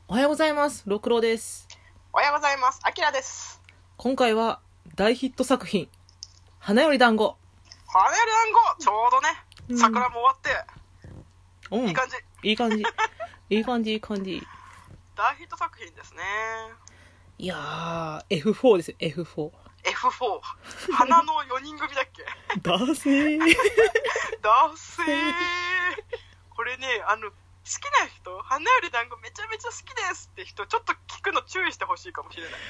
おはようございます。ろくろです。 おはようございます。あきらです。 今回は大ヒット作品、花より団子。 花より団子、ちょうどね、桜も終わって、いい感じ。 いい感じ。いい感じ、いい感じ。 大ヒット作品ですね。 いやー、F4 ですよ、F4。 F4。花の4人組だっけダセー。 ダセー。これね、好きな人、花より団子めちゃめちゃ好きですって人、ちょっと聞くの注意してほしいかもしれない。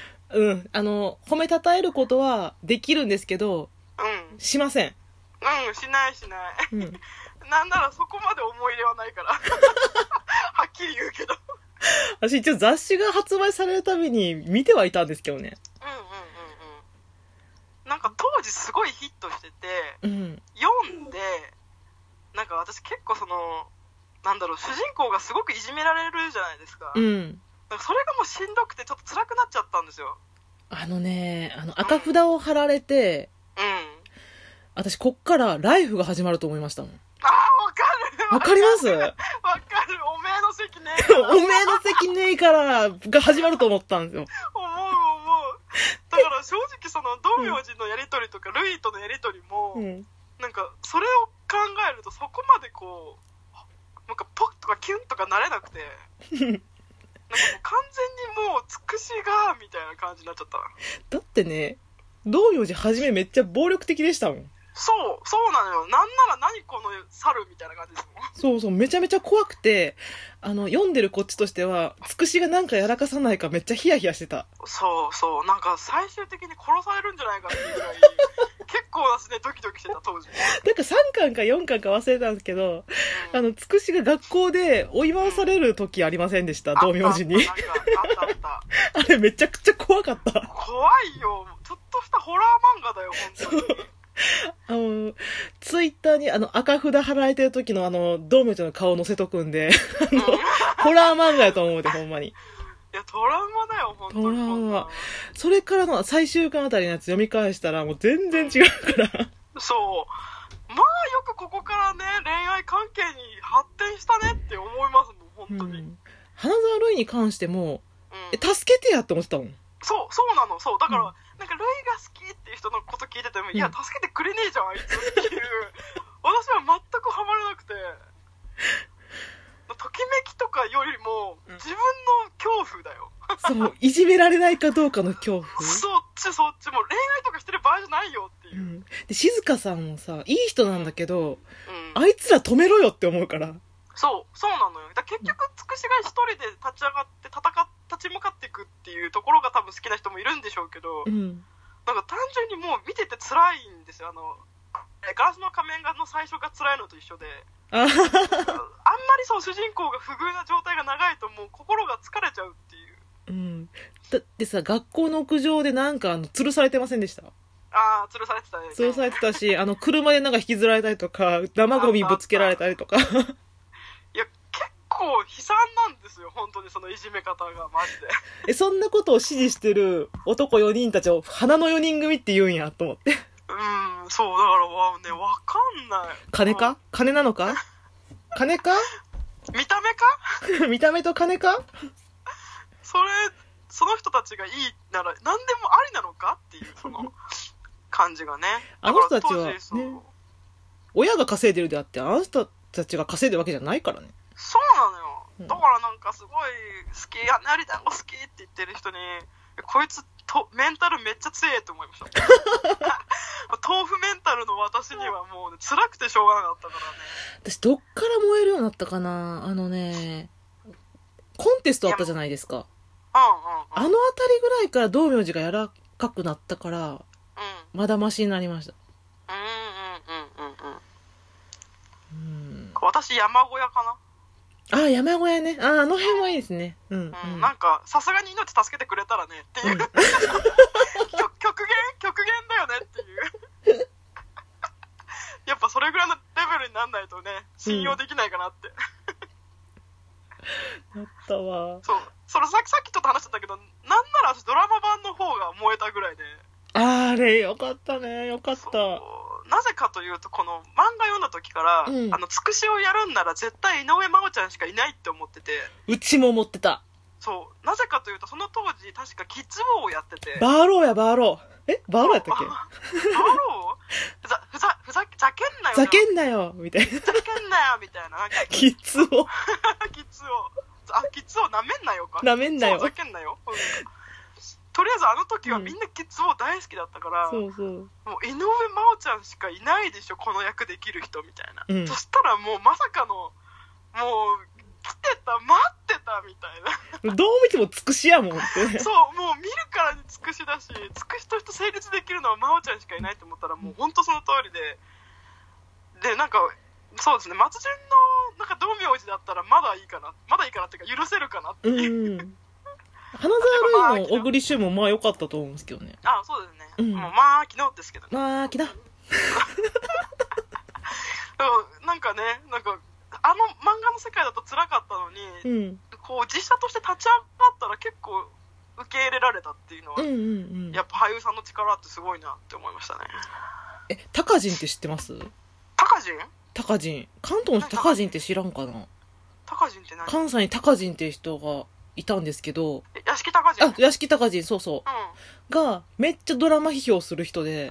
褒めたたえることはできるんですけど、しません。 しない。なんならそこまで思い入れはないから。はっきり言うけど。 私一応雑誌が発売されるたびに見てはいたんですけどね。 なんか当時すごいヒットしてて、読んで、なんか私結構主人公がすごくいじめられるじゃないですか。なんかそれがもうしんどくてちょっと辛くなっちゃったんですよ。 赤札を貼られて、私こっからライフが始まると思いましたもん。 わかる。 わかります？ わかる。おめえの席ねえから。 おめえの席ねえからが始まると思ったんですよ。 思う。だから正直道明寺のやりとりとか、ルイとのやりとりも、なんかそれを考えるとそこまでこう、なんかポッとかキュンとかなれなくて、なんかもう完全にもうつくしがみたいな感じになっちゃった。 だってね、道明寺初めめっちゃ暴力的でしたもん。 そうなのよ。なんなら何この猿みたいな感じですもん。 そう、めちゃめちゃ怖くて、読んでるこっちとしては、つくしがなんかやらかさないかめっちゃヒヤヒヤしてた。 そう、なんか最終的に殺されるんじゃないかっていうぐらい、結構私ね、ドキドキしてた、当時。 なんか3巻か4巻か忘れたんですけど、つくしが学校で追い回される時ありませんでした、道明寺に。 あった。 あれめちゃくちゃ怖かった。 怖いよ。ちょっとしたホラー漫画だよ、本当に。 ツイッターに赤札貼られてる時の道明寺の顔載せとくんで、ホラー漫画やと思うで、ほんまに。 いや、トラウマだよ、本当に。 トラウマ。それからの最終巻あたりのやつ読み返したらもう全然違うから。 そう。まあよくここからね、恋愛関係に発展したねって思いますもん、本当に。 花沢類に関しても、助けてやって思ってたもん。 そうなの。だから、なんかルイが好きっていう人のこと聞いてても、いや、助けてくれねえじゃん、あいつっていう。私は全くハマれなくて。ときめきとかよりも、自分の恐怖だよ。 そう、いじめられないかどうかの恐怖。 そっち、もう恋愛とかしてる場合じゃないよっていう。 で、静香さんもさ、いい人なんだけど、あいつら止めろよって思うから。 そうなのよ。だ結局、つくしが一人で立ち上がって立ち向かっていくっていうところが多分好きな人もいるんでしょうけど、なんか単純にもう見てて辛いんですよ。ガラスの仮面の最初が辛いのと一緒で、あんまり主人公が不遇な状態が長いともう心が疲れちゃうっていう。 だってさ、学校の屋上でなんか吊るされてませんでした？ 吊るされてたね。 吊るされてたし、車でなんか引きずられたりとか、生ゴミぶつけられたりとか。 いや、結構悲惨なんですよ、本当にそのいじめ方が、マジで。そんなことを支持してる男4人たちを花の4人組って言うんや、と思って。 そう、だからね、わかんない。 金なのか金か見た目か見た目と金かその人たちがいいなら何でもありなのかっていうその感じがね。 あの人たちは、ね、親が稼いでるであって、あの人たちが稼いでるわけじゃないからね。 そうなのよ。だからなんかすごい好き、花より団子好きって言ってる人に、こいつメンタルめっちゃ強いと思いました。豆腐メンタルの私にはもう、辛くてしょうがなかったからね。 私どっから燃えるようになったかな。コンテストあったじゃないですか。あのあたりぐらいから道明寺が柔らかくなったから、まだマシになりました。 私山小屋かな。 山小屋ね。あの辺もいいですね。 なんかさすがに命助けてくれたらねっていう、極限だよねっていうやっぱそれぐらいのレベルになんないとね、信用できないかなって、 なったわ。 それさっきちょっと話してたけど、なんなら私ドラマ版の方が燃えたぐらいで。 あれよかったね、よかった。 なぜかというと、この漫画読んだ時から、つくしをやるんなら絶対井上真央ちゃんしかいないって思ってて。 うちも思ってた。 そうなぜかというとその当時確かキッズ王をやってて、 バーローやバーロー、バーローやったっけ、 バーローざけんなよざけんなよみたいな、 ざけんなよみたいな、なんかキッズをキッズをなめんなよか、 なめんなよ、 ざけんなよ、とりあえずあの時はみんなキッズ王大好きだったから、 そうそう、 もう井上真央ちゃんしかいないでしょこの役できる人みたいな、そしたらもうまさかのもう来てた待ってたみたいなどう見てもつくしやもんってそうもう見るからにつくしだし、つくしとして成立できるのは真央ちゃんしかいないと思ったらもう本当その通りでなんかそうですね、松潤のなんか道明寺だったらまだいいかなっていうか許せるかなっていう、 花沢類の小栗旬もまあ良かったと思うんですけどね。 あ、そうですね、もうまあ昨日ですけどね、 まあ昨日なんかね、なんかあの漫画の世界だと辛かったのに、こう実写として立ち上がったら結構受け入れられたっていうのは、やっぱ俳優さんの力ってすごいなって思いましたね。 高人って知ってます？ 高人関東の人高人って知らんかな。 高人って何？ 関西に高人っていう人がいたんですけど、 屋敷高人、 屋敷高人、そうそう、がめっちゃドラマ批評する人で、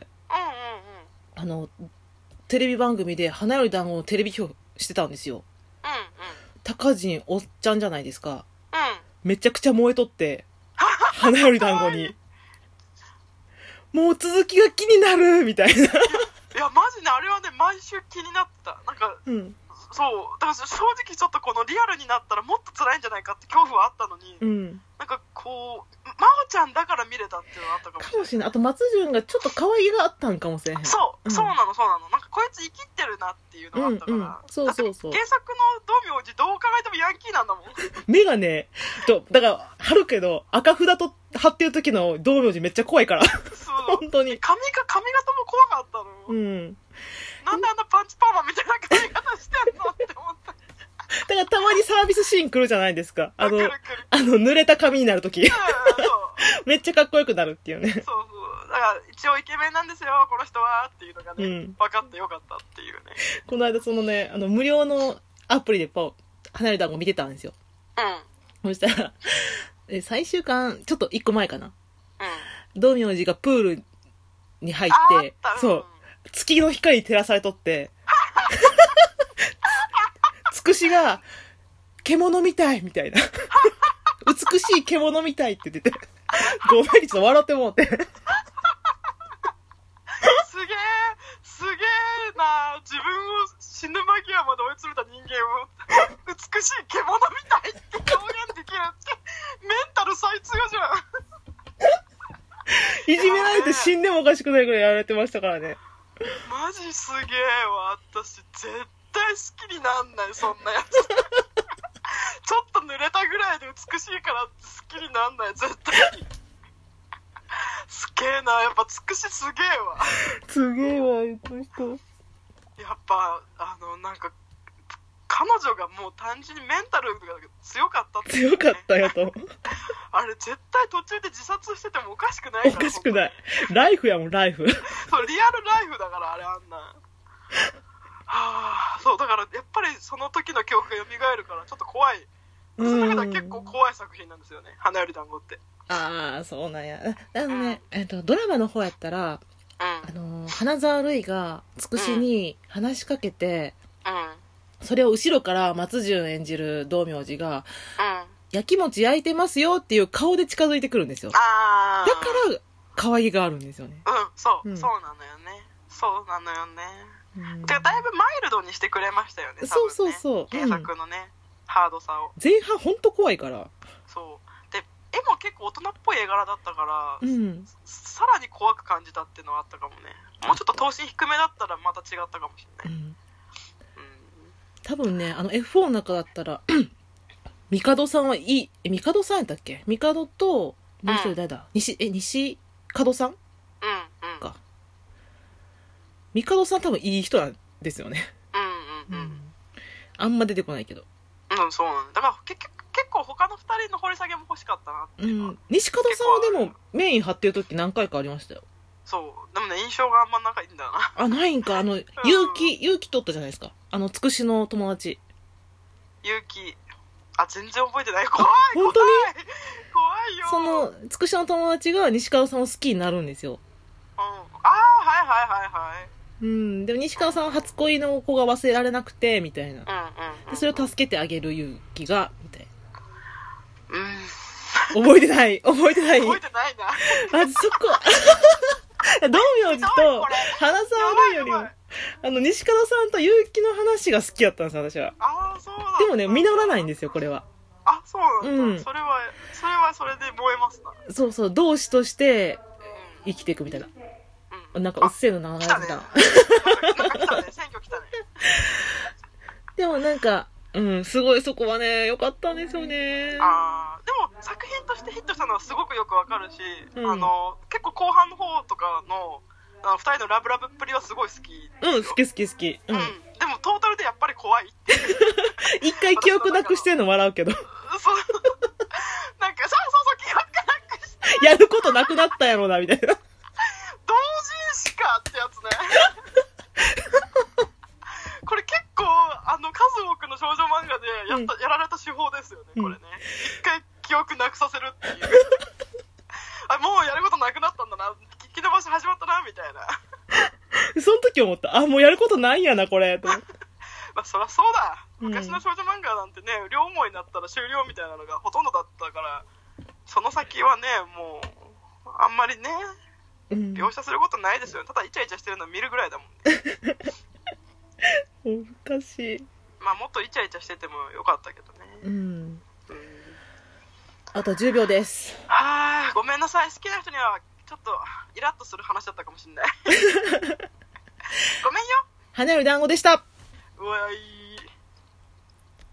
テレビ番組で花より団子のテレビ批評してたんですよ。高人おっちゃんじゃないですか、めちゃくちゃ燃えとって花より団子にもう続きが気になるみたいな。いやマジね、あれはね毎週気になってた。なんか、そうだから正直ちょっとこのリアルになったらもっと辛いんじゃないかって恐怖はあったのに、なんかこう真央ちゃんだから見れたっていうのがあったかもしれない。 あと松潤がちょっと可愛げがあったんかもしれへん。 そうなのなんかこいつ生きってるなっていうのがあったから、 そう原作の道明寺どう考えてもヤンキーなんだもん。 目がねだから貼るけど赤札と貼ってる時の道明寺めっちゃ怖いから本当に髪型も怖かったの。なんであんなパンチパーマみたいな髪型してんのって思った。 だからたまにサービスシーン来るじゃないですか。濡れた髪になるとき。めっちゃかっこよくなるっていうね。そう。 だから一応イケメンなんですよ、この人はっていうのがね、分かってよかったっていうね。 この間そのね、無料のアプリで花より団子見てたんですよ。そしたら、最終巻、ちょっと一個前かな。道明寺がプールに入って、そう、月の光に照らされとって、つくしが獣みたいみたいな美しい獣みたいって言ってて、ごめんちょっと笑ってもうてすげえな、自分を死ぬ間際まで追い詰めた人間を美しい獣みたいって表現できるってメンタル最強じゃん。いじめられて死んでもおかしくないぐらいやられてましたからね。マジすげえわ、私絶対好きになんないそんなやつちょっと濡れたぐらいで美しいからって好きになんない絶対すげえな、やっぱつくしすげえわすげえわこの人。やっぱなんか彼女がもう単純にメンタルが強かったっていう、ね、強かったよとあれ絶対途中で自殺しててもおかしくないから。おかしくない、ライフやもんライフそうリアルライフだからあれあんなそうだからやっぱりその時の記憶が蘇るからちょっと怖い。その中では結構怖い作品なんですよね、花より団子って。ああそうなんや。ね、ドラマの方やったら、花沢類がつくしに話しかけて、それを後ろから松潤演じる道明寺が、焼き餅焼いてますよっていう顔で近づいてくるんですよ。だから可愛げがあるんですよね。そうなのよね。そうなのよね。だいぶマイルドにしてくれましたよね。そう原作のね、ハードさを。前半ほんと怖いから。そうで絵も結構大人っぽい絵柄だったから、さらに怖く感じたっていうのはあったかもね。もうちょっと頭身低めだったらまた違ったかもしれない。多分ねF4 の中だったら帝さんはいい。帝さんやったっけ？帝ともう一人誰だ？西門さんか。帝さん多分いい人なんですよね。あんま出てこないけど。そうなんだ。だから結構他の2人の掘り下げも欲しかったなっていうのは。西門さんはでもメイン張ってる時何回かありましたよ。そうでもね印象があんま仲いいんだよな。ないんか。結城とったじゃないですか、つくしの友達。結城全然覚えてない。怖い。本当にそのつくしの友達が西川さんを好きになるんですよ。 うん、ああはいはいはいはい。 うん、でも西川さんは初恋の子が忘れられなくてみたいな、でそれを助けてあげる勇気がみたいな、覚えてないなまずそこ道明寺と花沢類よりも西川さんと結城の話が好きだったんです私は。 そうなんだ。 でもね実らないんですよこれは。 そうなんだ、それはそれで燃えますな。 そうそう、同志として生きていくみたいな、なんかうっせえの流れてた。なんか来たね、選挙来たね。 でもなんか、すごいそこはね、良かったんですよね。 でも作品としてヒットしたのはすごくよくわかるし、結構後半の方とかの2人のラブラブっぷりはすごい好き。 好き。 でもトータルでやっぱり怖いって一回記憶なくしてんの笑うけど。 なんかそう記憶なくしてやることなくなったやろなみたいな。 同人誌かってやつね。これ結構数多くの少女漫画でやられた手法ですよね、これね。一回記憶なくさせるっていうもうやることなくなったんだな、聞き伸ばし始まったなみたいな。 その時思った、もうやることないんやなこれと思って。 そりゃそうだ、昔の少女漫画なんてね、両思いになったら終了みたいなのがほとんどだったから、その先はねもうあんまりね、描写することないですよね。ただイチャイチャしてるのを見るぐらいだもんね。難しい。 もっとイチャイチャしててもよかったけどね。 あと10秒です。 ごめんなさい、好きな人にはちょっとイラッとする話だったかもしれない。ごめんよ。 花より団子でした。 うわい。